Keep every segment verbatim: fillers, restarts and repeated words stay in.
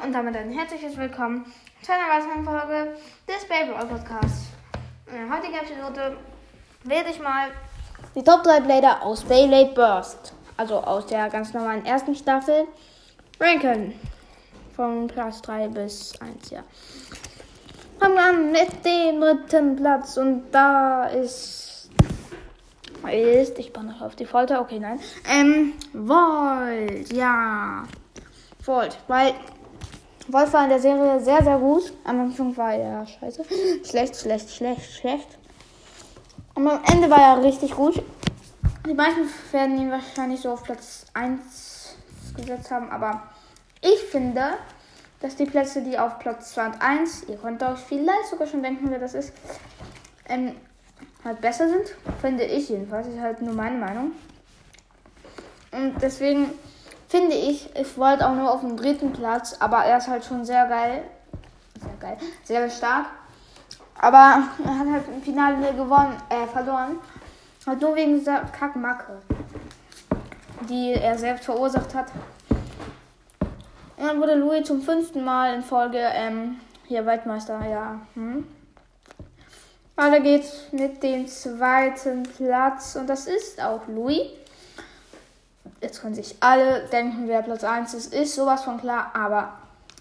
und damit ein herzliches Willkommen zu einer weiteren Folge des Beyblade Podcasts. In der heutigen Episode werde ich mal die Top drei Blader aus Beyblade Burst, also aus der ganz normalen ersten Staffel, ranken. Von Platz drei bis eins, ja. Fangen wir an mit dem dritten Platz und da ist, ist ich bin noch auf die Folter, okay, nein, ähm, Volt, ja. Volt, weil Volt war in der Serie sehr, sehr gut. Am Anfang war er scheiße. Schlecht, schlecht, schlecht, schlecht. Und am Ende war er richtig gut. Die meisten werden ihn wahrscheinlich so auf Platz eins gesetzt haben, aber ich finde, dass die Plätze, die auf Platz zwei und eins, ihr könnt euch vielleicht sogar schon denken, wer das ist, ähm, halt besser sind. Finde ich jedenfalls. Das ist halt nur meine Meinung. Und deswegen finde ich, ich wollte auch nur auf dem dritten Platz, aber er ist halt schon sehr geil. Sehr geil. Sehr stark. Aber er hat halt im Finale gewonnen, äh, verloren. Halt nur wegen dieser Kackmacke, die er selbst verursacht hat. Und dann wurde Louis zum fünften Mal in Folge, ähm, hier Weltmeister, ja. Hm. Weiter geht's mit dem zweiten Platz und das ist auch Louis. Jetzt können sich alle denken, wer Platz eins ist. Ist sowas von klar, aber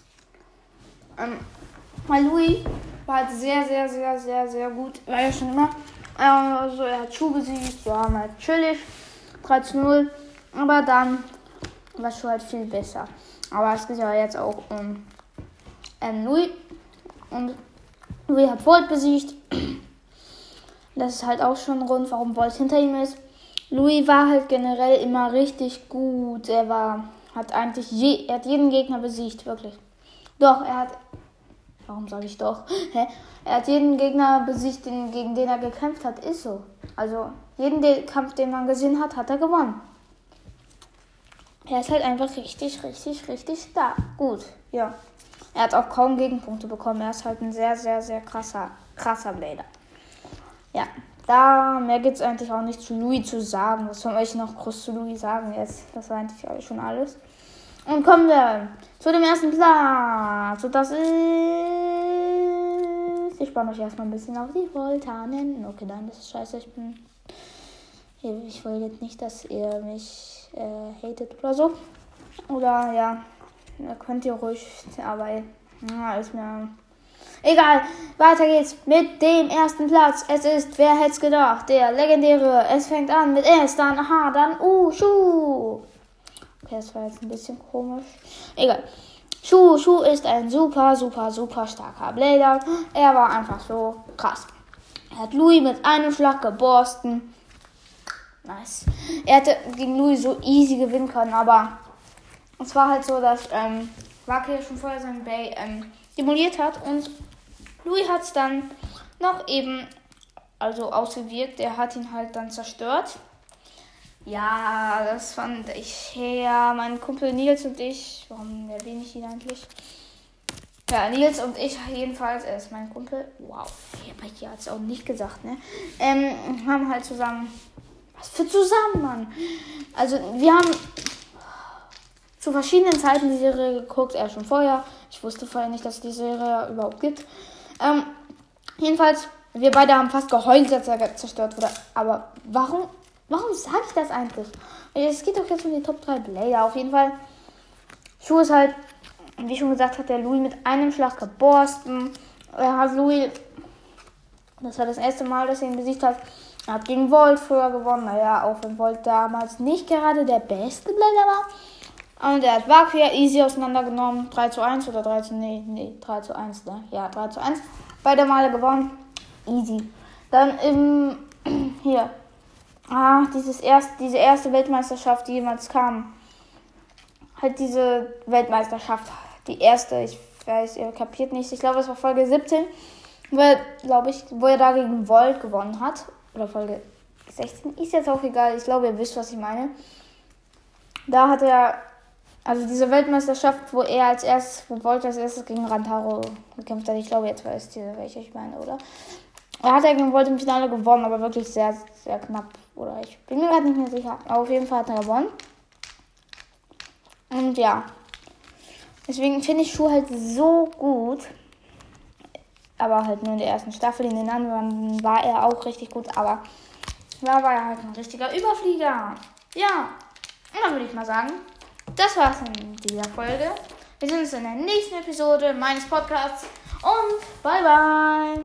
ähm, weil Louis war halt sehr, sehr, sehr, sehr, sehr gut. War ja schon immer. Also er hat Schuh besiegt, ja, natürlich. drei zu null. Aber dann war Schuh halt viel besser. Aber es geht ja jetzt auch um ähm, Louis. Und Louis hat Volt besiegt. Das ist halt auch schon ein Grund, warum Volt hinter ihm ist. Louis war halt generell immer richtig gut. Er war, hat eigentlich je, er hat jeden Gegner besiegt, wirklich. Doch, er hat, warum sage ich doch? Hä? Er hat jeden Gegner besiegt, den, gegen den er gekämpft hat, ist so. Also, jeden den Kampf, den man gesehen hat, hat er gewonnen. Er ist halt einfach richtig, richtig, richtig stark. Gut, ja. Er hat auch kaum Gegenpunkte bekommen. Er ist halt ein sehr, sehr, sehr krasser, krasser Blader. Ja. Da mehr gibt es eigentlich auch nicht zu Louis zu sagen. Was soll ich noch groß zu Louis sagen jetzt? Das war eigentlich schon alles. Und kommen wir zu dem ersten Platz. Und das ist... Ich spanne euch erstmal ein bisschen auf die Voltanen. Okay, nein, das ist scheiße. Ich bin... Ich will jetzt nicht, dass ihr mich äh, hatet oder so. Oder ja, könnt ihr ruhig... Aber ja, ist mir... Egal, weiter geht's mit dem ersten Platz. Es ist, wer hätte es gedacht, der legendäre. Es fängt an mit S, dann H, dann U, Schuh. Okay, das war jetzt ein bisschen komisch. Egal. Schuh, Schuh ist ein super, super, super starker Blader. Er war einfach so krass. Er hat Louis mit einem Schlag geborsten. Nice. Er hätte gegen Louis so easy gewinnen können, aber es war halt so, dass ähm, Wake ja schon vorher seinen Bay ähm, demoliert hat und Louis hat es dann noch eben also ausgewirkt. Er hat ihn halt dann zerstört. Ja, das fand ich her. Mein Kumpel Nils und ich, warum erwähne ich ihn eigentlich? Ja, Nils und ich jedenfalls, er ist mein Kumpel. Wow, ich habe hier jetzt auch nicht gesagt, ne? Ähm, haben halt zusammen, was für zusammen, Mann? Also, wir haben zu verschiedenen Zeiten die Serie geguckt, er schon vorher. Ich wusste vorher nicht, dass es die Serie überhaupt gibt. Ähm, jedenfalls, wir beide haben fast geheult, als er zerstört wurde. Aber warum, warum sage ich das eigentlich? Es geht doch jetzt um die Top drei Blader. Auf jeden Fall, Schuh ist halt, wie schon gesagt, hat der Louis mit einem Schlag geborsten. Er hat Louis, das war das erste Mal, dass er ihn besiegt hat. Er hat gegen Volt früher gewonnen. Naja, auch wenn Volt damals nicht gerade der beste Blader war. Und er hat Wake easy auseinandergenommen. drei zu eins oder drei zu eins. Nee, nee, drei zu eins, ne? Ja, drei zu eins. Beide Male gewonnen. Easy. Dann im, hier. Ah, dieses erst, diese erste Weltmeisterschaft, die jemals kam. Halt diese Weltmeisterschaft. Die erste, ich weiß, ihr kapiert nicht. Ich glaube, es war Folge siebzehn. Wo er, glaube ich, wo er da gegen Volt gewonnen hat. Oder Folge sechzehn. Ist jetzt auch egal. Ich glaube, ihr wisst, was ich meine. Da hat er... Also diese Weltmeisterschaft, wo er als erstes, wo Volt als erstes gegen Rantaro gekämpft hat. Ich glaube, jetzt weißt ihr, welche ich meine, oder? Er hat ja gegen Volt im Finale gewonnen, aber wirklich sehr, sehr knapp. Oder ich bin mir gerade nicht mehr sicher. Aber auf jeden Fall hat er gewonnen. Und ja. Deswegen finde ich Schuh halt so gut. Aber halt nur in der ersten Staffel. In den anderen war er auch richtig gut. Aber da war er halt ein richtiger Überflieger. Ja, und dann würde ich mal sagen, das war's in dieser Folge. Wir sehen uns in der nächsten Episode meines Podcasts. Und bye bye.